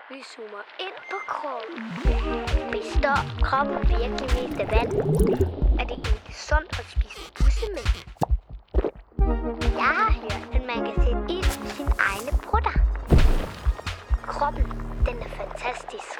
Vi zoomer ind på kroppen. Består kroppen virkelig mest af vand? Er det egentlig sundt at spise bussemænd? Jeg har hørt, at man kan sætte ild i sine egne brutter. Kroppen, den er fantastisk.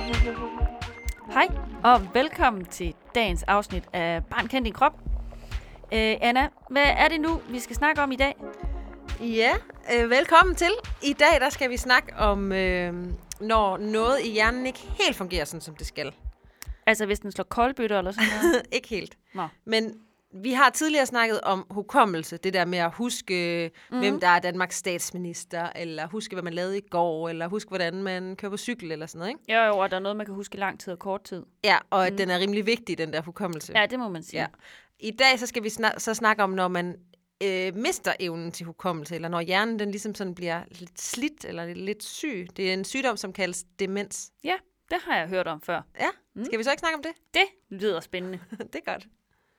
Hej og velkommen til dagens afsnit af Barn Kend Din Krop. Anna, hvad er det nu, vi skal snakke om i dag? Ja, velkommen til. I dag der skal vi snakke om, når noget i hjernen ikke helt fungerer, sådan som det skal. Altså hvis den slår koldbøtter eller sådan noget? Ikke helt. Nå. Men vi har tidligere snakket om hukommelse. Det der med at huske, hvem der er Danmarks statsminister, eller huske, hvad man lavede i går, eller huske, hvordan man kører på cykel, eller sådan noget, ikke? Jo, og der er noget, man kan huske lang tid og kort tid. Ja, og den er rimelig vigtig, den der hukommelse. Ja, det må man sige. Ja. I dag så skal vi så snakke om, når man mister evnen til hukommelse, eller når hjernen den ligesom sådan bliver lidt slidt, eller lidt syg. Det er en sygdom, som kaldes demens. Ja, det har jeg hørt om før. Ja, skal vi så ikke snakke om det? Det lyder spændende. Det er godt.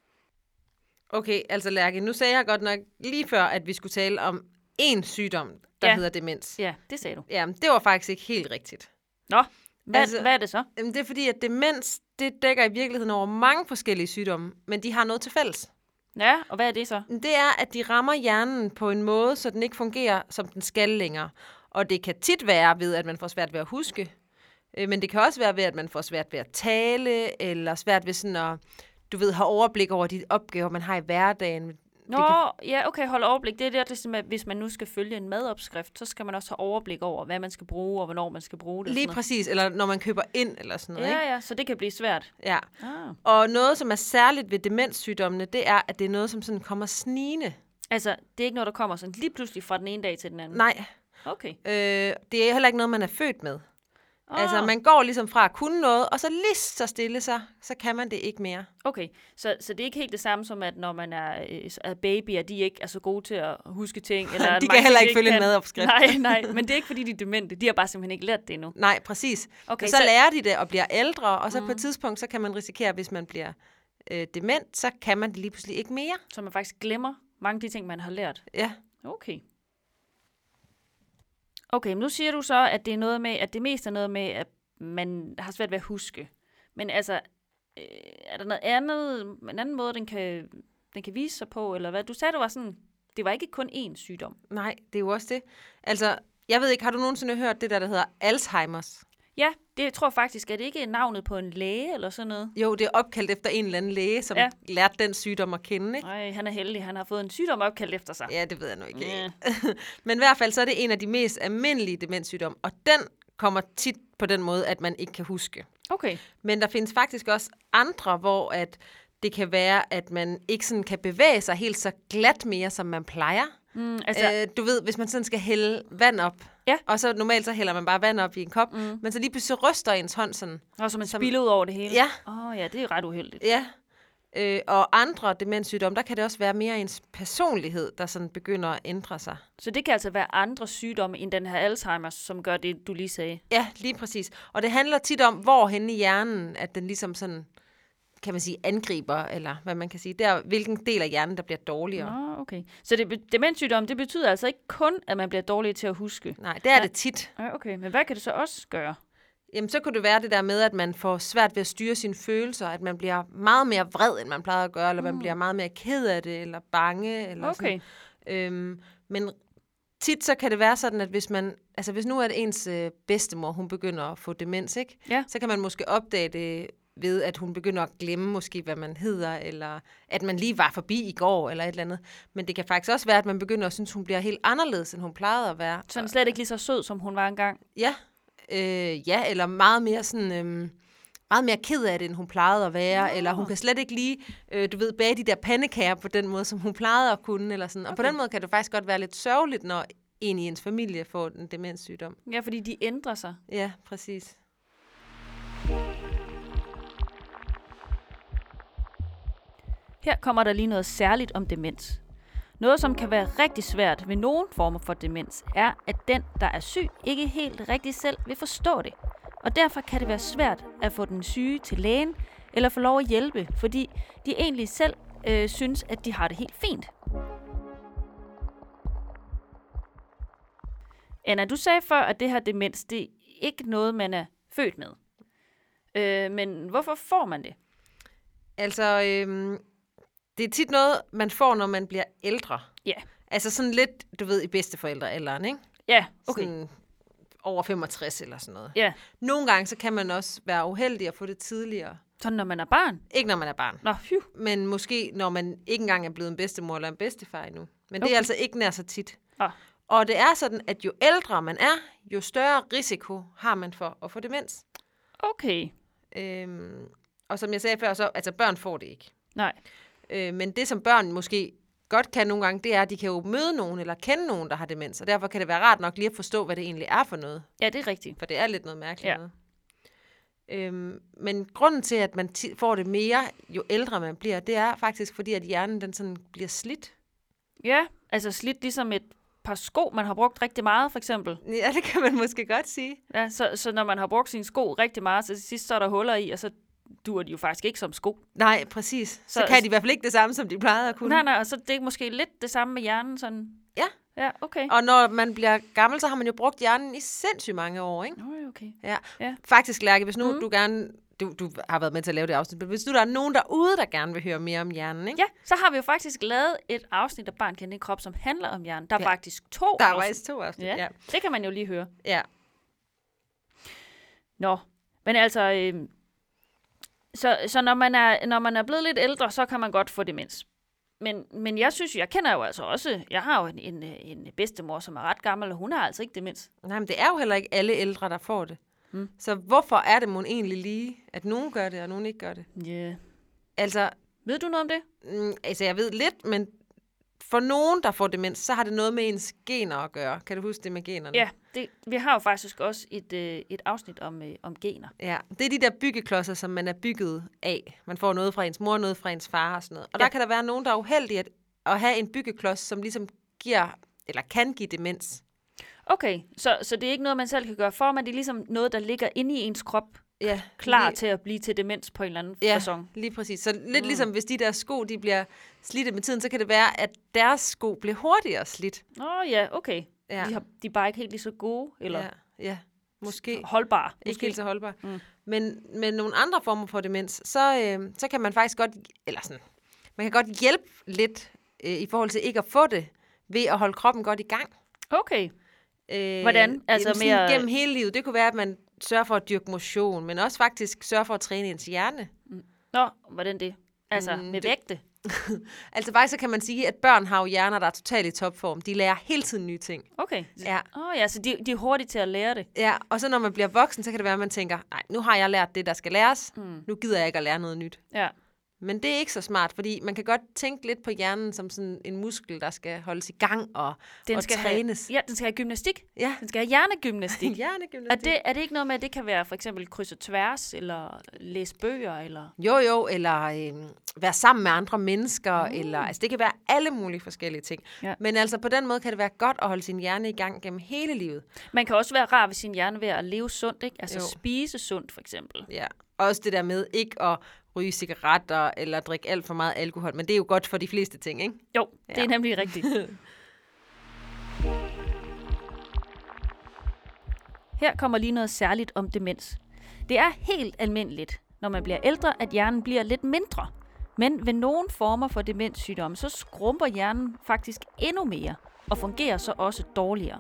Okay, altså Lærke, nu sagde jeg godt nok lige før, at vi skulle tale om én sygdom, der hedder demens. Ja, det sagde du. Jamen, det var faktisk ikke helt rigtigt. Nå, hvad er det så? Det er fordi, at demens, det dækker i virkeligheden over mange forskellige sygdomme, men de har noget til fælles. Ja, og hvad er det så? Det er, at de rammer hjernen på en måde, så den ikke fungerer, som den skal længere. Og det kan tit være ved, at man får svært ved at huske. Men det kan også være ved, at man får svært ved at tale, eller svært ved sådan at, have overblik over de opgaver, man har i hverdagen. Ja, okay, hold overblik. Det er det, at hvis man nu skal følge en madopskrift, så skal man også have overblik over, hvad man skal bruge, og hvornår man skal bruge det. Lige præcis, eller når man køber ind, eller sådan noget. Ja, så det kan blive svært. Ja, og noget, som er særligt ved demenssygdommene, det er, at det er noget, som sådan kommer snigende. Altså, det er ikke noget, der kommer sådan lige pludselig fra den ene dag til den anden? Nej. Okay. Det er heller ikke noget, man er født med. Altså, man går ligesom fra at kunne noget, og så lige så stille så kan man det ikke mere. Okay, så det er ikke helt det samme som, at når man er baby, at de ikke er så gode til at huske ting. Eller de kan heller ikke følge en madopskrift. Nej, men det er ikke, fordi de er demente. De har bare simpelthen ikke lært det endnu. Nej, præcis. Okay, så lærer de det og bliver ældre, og så på et tidspunkt, så kan man risikere, hvis man bliver dement, så kan man det lige pludselig ikke mere. Så man faktisk glemmer mange af de ting, man har lært? Ja. Okay, men nu siger du så, at det er noget med, at det mest er noget med, at man har svært ved at huske. Men altså, er der noget andet, en anden måde, den kan vise sig på, eller hvad? Du sagde, det var ikke kun én sygdom. Nej, det er jo også det. Altså, jeg ved ikke, har du nogensinde hørt det der hedder Alzheimers? Ja, det tror jeg faktisk, at det ikke er navnet på en læge eller sådan noget. Jo, det er opkaldt efter en eller anden læge, som lærte den sygdom at kende, ikke? Nej, han er heldig. Han har fået en sygdom opkaldt efter sig. Ja, det ved jeg nu ikke. Ja. Men i hvert fald så er det en af de mest almindelige demenssygdomme, og den kommer tit på den måde, at man ikke kan huske. Okay. Men der findes faktisk også andre, hvor at det kan være, at man ikke sådan kan bevæge sig helt så glat mere, som man plejer. Hvis man sådan skal hælde vand op, og så normalt så hælder man bare vand op i en kop, men så lige pludselig så ryster ens hånd sådan. Og så man spilder ud over det hele? Ja. Ja, det er ret uheldigt. Ja, og andre demenssygdomme, der kan det også være mere ens personlighed, der sådan begynder at ændre sig. Så det kan altså være andre sygdomme end den her Alzheimers, som gør det, du lige sagde? Ja, lige præcis. Og det handler tit om, hvor henne i hjernen, at den ligesom sådan, kan man sige, angriber, eller hvad man kan sige, der hvilken del af hjernen, der bliver dårligere. Okay. Så demenssygdom, det betyder altså ikke kun, at man bliver dårlig til at huske? Nej, det er det tit. Okay, men hvad kan det så også gøre? Jamen, så kunne det være det der med, at man får svært ved at styre sine følelser, at man bliver meget mere vred, end man plejer at gøre, eller man bliver meget mere ked af det, eller bange, eller sådan. Men tit så kan det være sådan, at hvis nu er det ens bedstemor, hun begynder at få demens, ikke? Ja. Så kan man måske opdage det ved, at hun begynder at glemme måske, hvad man hedder, eller at man lige var forbi i går, eller et eller andet. Men det kan faktisk også være, at man begynder at synes, hun bliver helt anderledes, end hun plejede at være. Så hun slet ikke lige så sød, som hun var engang? Ja. Eller meget mere sådan, meget mere ked af det, end hun plejede at være, eller hun kan slet ikke lige, bage de der pandekager på den måde, som hun plejede at kunne, eller sådan. Og på den måde kan det faktisk godt være lidt sørgeligt, når en i ens familie får en demenssygdom. Ja, fordi de ændrer sig. Ja, præcis. Her kommer der lige noget særligt om demens. Noget, som kan være rigtig svært ved nogle former for demens, er, at den, der er syg, ikke helt rigtig selv vil forstå det. Og derfor kan det være svært at få den syge til lægen, eller få lov at hjælpe, fordi de egentlig selv synes, at de har det helt fint. Anna, du sagde før, at det her demens, det ikke noget, man er født med. Men hvorfor får man det? Altså, det er tit noget, man får, når man bliver ældre. Ja. Altså sådan lidt, du ved, i bedsteforældrealderen, ikke? Ja, okay. Sådan over 65 eller sådan noget. Ja. Nogle gange, så kan man også være uheldig at få det tidligere. Sådan når man er barn? Ikke når man er barn. Nå, Men måske, når man ikke engang er blevet en bedstemor eller en bedstefar endnu. Men det er altså ikke nær så tit. Og det er sådan, at jo ældre man er, jo større risiko har man for at få demens. Okay. Og som jeg sagde før, så altså børn får det ikke. Nej. Men det, som børn måske godt kan nogle gange, det er, at de kan jo møde nogen eller kende nogen, der har demens. Og derfor kan det være rart nok lige at forstå, hvad det egentlig er for noget. Ja, det er rigtigt. For det er lidt noget mærkeligt noget. Men grunden til, at man får det mere, jo ældre man bliver, det er faktisk fordi, at hjernen den sådan bliver slidt. Ja, altså slidt ligesom et par sko, man har brugt rigtig meget, for eksempel. Ja, det kan man måske godt sige. Ja, så når man har brugt sine sko rigtig meget, så til sidst så er der huller i, og så duer de jo faktisk ikke som sko. Nej, præcis. Så kan de i hvert fald ikke det samme, som de plejede at kunne. Nej, og så det er måske lidt det samme med hjernen, sådan. Ja. Ja, okay. Og når man bliver gammel, så har man jo brugt hjernen i sindssygt mange år, ikke? Okay. Ja. Faktisk, Lærke, hvis nu du gerne... Du har været med til at lave det afsnit, men hvis nu der er nogen derude, der gerne vil høre mere om hjernen, ikke? Ja, så har vi jo faktisk lavet et afsnit af Barn kender din krop, som handler om hjernen. Der er faktisk 2 afsnit. Der er faktisk 2 afsnit, ja. Det kan man jo lige høre. Ja. Nå, men altså... Så når man er blevet lidt ældre, så kan man godt få demens. Men jeg synes, jeg kender jo altså også... Jeg har jo en bedstemor, som er ret gammel, og hun har altså ikke demens. Nej, men det er jo heller ikke alle ældre, der får det. Så hvorfor er det mon egentlig lige, at nogen gør det, og nogen ikke gør det? Ja. Yeah. Altså... Ved du noget om det? Altså, jeg ved lidt, men for nogen, der får demens, så har det noget med ens gener at gøre. Kan du huske det med generne? Ja, vi har jo faktisk også et afsnit om gener. Ja, det er de der byggeklodser, som man er bygget af. Man får noget fra ens mor, noget fra ens far og sådan noget. Og der kan der være nogen, der er uheldige at have en byggeklods, som ligesom giver, eller kan give demens. Okay, så det er ikke noget, man selv kan gøre for, men det er ligesom noget, der ligger inde i ens krop, klar til at blive til demens på en eller anden facon. Ja, lige præcis. Så lidt ligesom, hvis de der sko, de bliver slidte med tiden, så kan det være, at deres sko bliver hurtigere slidt. Ja, okay. Ja. De er bare ikke helt lige så gode, eller ja, måske. Holdbare. Ikke helt så holdbare. Men med nogle andre former for demens, så kan man faktisk godt, eller sådan, man kan godt hjælpe lidt i forhold til ikke at få det, ved at holde kroppen godt i gang. Okay. Hvordan? Altså mere... Gennem hele livet. Det kunne være, at man sørger for at dyrke motion, men også faktisk sørger for at træne ens hjerne. Nå, hvordan det? Altså med vægte? Altså faktisk så kan man sige, at børn har jo hjerner, der er totalt i topform. De lærer hele tiden nye ting. Okay. Ja. Så de er hurtige til at lære det. Ja, og så når man bliver voksen, så kan det være, at man tænker, nej, nu har jeg lært det, der skal læres. Nu gider jeg ikke at lære noget nyt. Ja. Men det er ikke så smart, fordi man kan godt tænke lidt på hjernen som sådan en muskel, der skal holdes i gang og trænes. Den skal have gymnastik. Ja. Den skal have hjernegymnastik. Hjernegymnastik. Er det ikke noget med, at det kan være for eksempel kryds og tværs, eller læse bøger, eller... Jo, eller være sammen med andre mennesker, eller... Altså, det kan være alle mulige forskellige ting. Ja. Men altså, på den måde kan det være godt at holde sin hjerne i gang gennem hele livet. Man kan også være rar ved sin hjerne ved at leve sundt, ikke? Altså spise sundt, for eksempel. Ja, også det der med ikke at ryge cigaretter eller drikke alt for meget alkohol. Men det er jo godt for de fleste ting, ikke? Jo, det er nemlig rigtigt. Her kommer lige noget særligt om demens. Det er helt almindeligt, når man bliver ældre, at hjernen bliver lidt mindre. Men ved nogle former for demenssygdomme, så skrumper hjernen faktisk endnu mere og fungerer så også dårligere.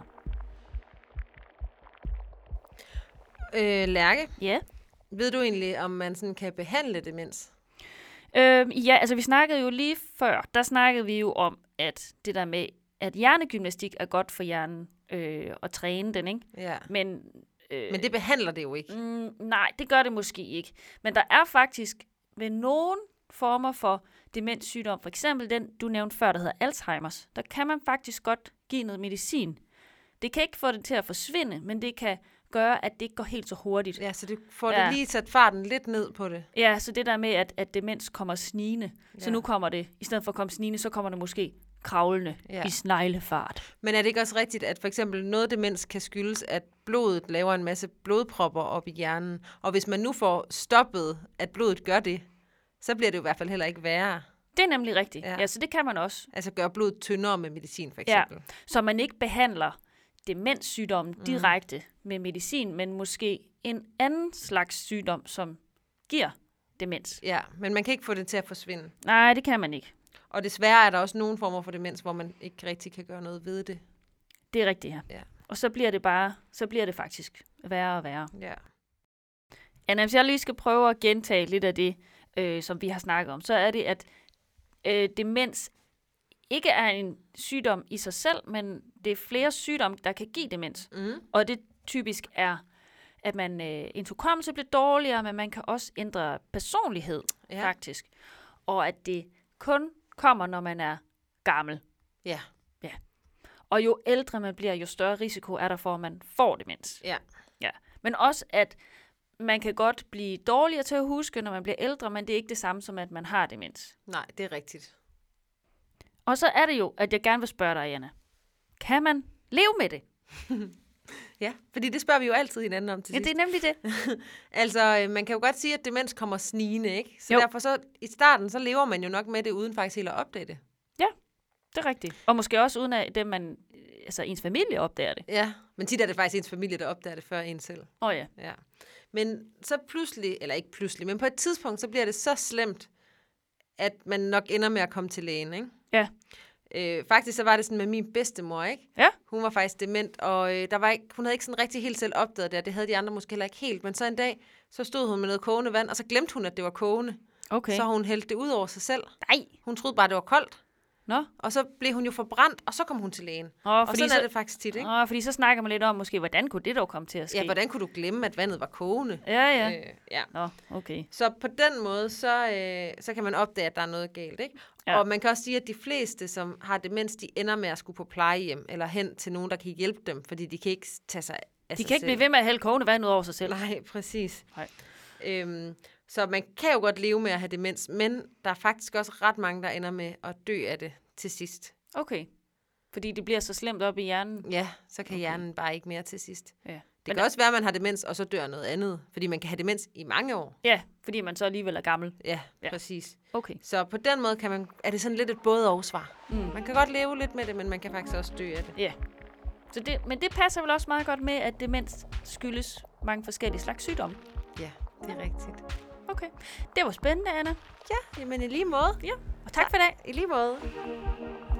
Lærke? Ja? Ved du egentlig, om man sådan kan behandle demens? Ja, altså vi snakkede jo lige før, der snakkede vi jo om, at det der med, at hjernegymnastik er godt for hjernen at træne den, ikke? Ja. Men det behandler det jo ikke. Nej, det gør det måske ikke. Men der er faktisk ved nogle former for demenssygdom, for eksempel den, du nævnte før, der hedder Alzheimers, der kan man faktisk godt give noget medicin. Det kan ikke få det til at forsvinde, men det kan gøre, at det ikke går helt så hurtigt. Ja, så det får det lige sat farten lidt ned på det. Ja, så det der med, at demens kommer snigende. Så nu kommer det, i stedet for at komme snigende, så kommer det måske kravlende i sneglefart. Men er det ikke også rigtigt, at for eksempel noget demens kan skyldes, at blodet laver en masse blodpropper op i hjernen, og hvis man nu får stoppet, at blodet gør det, så bliver det jo i hvert fald heller ikke værre. Det er nemlig rigtigt. Ja, så det kan man også. Altså gøre blodet tyndere med medicin, for eksempel. Ja, så man ikke behandler demenssygdommen direkte med medicin, men måske en anden slags sygdom, som giver demens. Ja, men man kan ikke få det til at forsvinde. Nej, det kan man ikke. Og desværre er der også nogle former for demens, hvor man ikke rigtig kan gøre noget ved det. Det er rigtigt, ja. Og så bliver det faktisk værre og værre. Ja. Anna, hvis jeg lige skal prøve at gentage lidt af det, som vi har snakket om, så er det, at demens ikke er en sygdom i sig selv, men det er flere sygdomme, der kan give demens. Og det typisk er, at ens hukommelse bliver dårligere, men man kan også ændre personlighed, faktisk. Og at det kun kommer, når man er gammel. Ja. Og jo ældre man bliver, jo større risiko er der for, at man får demens. Ja. Men også, at man kan godt blive dårligere til at huske, når man bliver ældre, men det er ikke det samme som, at man har demens. Nej, det er rigtigt. Og så er det jo, at jeg gerne vil spørge dig, Anna. Kan man leve med det? Ja, fordi det spørger vi jo altid hinanden om til sidst. Ja, det er nemlig det. Altså, man kan jo godt sige, at demens kommer snigende, ikke? Så derfor så, i starten, så lever man jo nok med det, uden faktisk helt at opdage det. Ja, det er rigtigt. Og måske også uden at ens familie opdager det. Ja, men tit er det faktisk ens familie, der opdager det før en selv. Ja. Men så pludselig, eller ikke pludselig, men på et tidspunkt, så bliver det så slemt, at man nok ender med at komme til lægen, ikke? Ja. Faktisk så var det sådan med min bedstemor, ikke? Ja. Hun var faktisk dement, og hun havde ikke sådan rigtig helt selv opdaget det, og det havde de andre måske heller ikke helt. Men så en dag, så stod hun med noget kogende vand, og så glemte hun, at det var kogende. Okay. Så hun hældte det ud over sig selv. Nej. Hun troede bare, det var koldt. Nå. Og så blev hun jo forbrændt, og så kom hun til lægen. Og sådan er det faktisk tit, ikke? Fordi så snakker man lidt om, måske, hvordan kunne det dog komme til at ske? Ja, hvordan kunne du glemme, at vandet var kogende? Ja. Ja. Nå, okay. Så på den måde, så kan man opdage, at der er noget galt, ikke? Ja. Og man kan også sige, at de fleste, som har demens, de ender med at skulle på plejehjem, eller hen til nogen, der kan hjælpe dem, fordi de kan ikke tage sig af De sig kan ikke selv. blive ved med at hælde kogende vand ud over sig selv. Nej, præcis. Nej. Så man kan jo godt leve med at have demens, men der er faktisk også ret mange, der ender med at dø af det til sidst. Okay. Fordi det bliver så slemt op i hjernen? Ja, så kan hjernen bare ikke mere til sidst. Ja. Det kan også være, at man har demens, og så dør noget andet. Fordi man kan have demens i mange år. Ja, fordi man så alligevel er gammel. Ja, præcis. Okay. Så på den måde er det sådan lidt et både-og-svar. Man kan godt leve lidt med det, men man kan faktisk også dø af det. Ja. Men det passer vel også meget godt med, at demens skyldes mange forskellige slags sygdomme. Ja, det er rigtigt. Okay. Det var spændende, Anna. Ja, jamen i lige måde. Ja, og tak for i dag. I lige måde.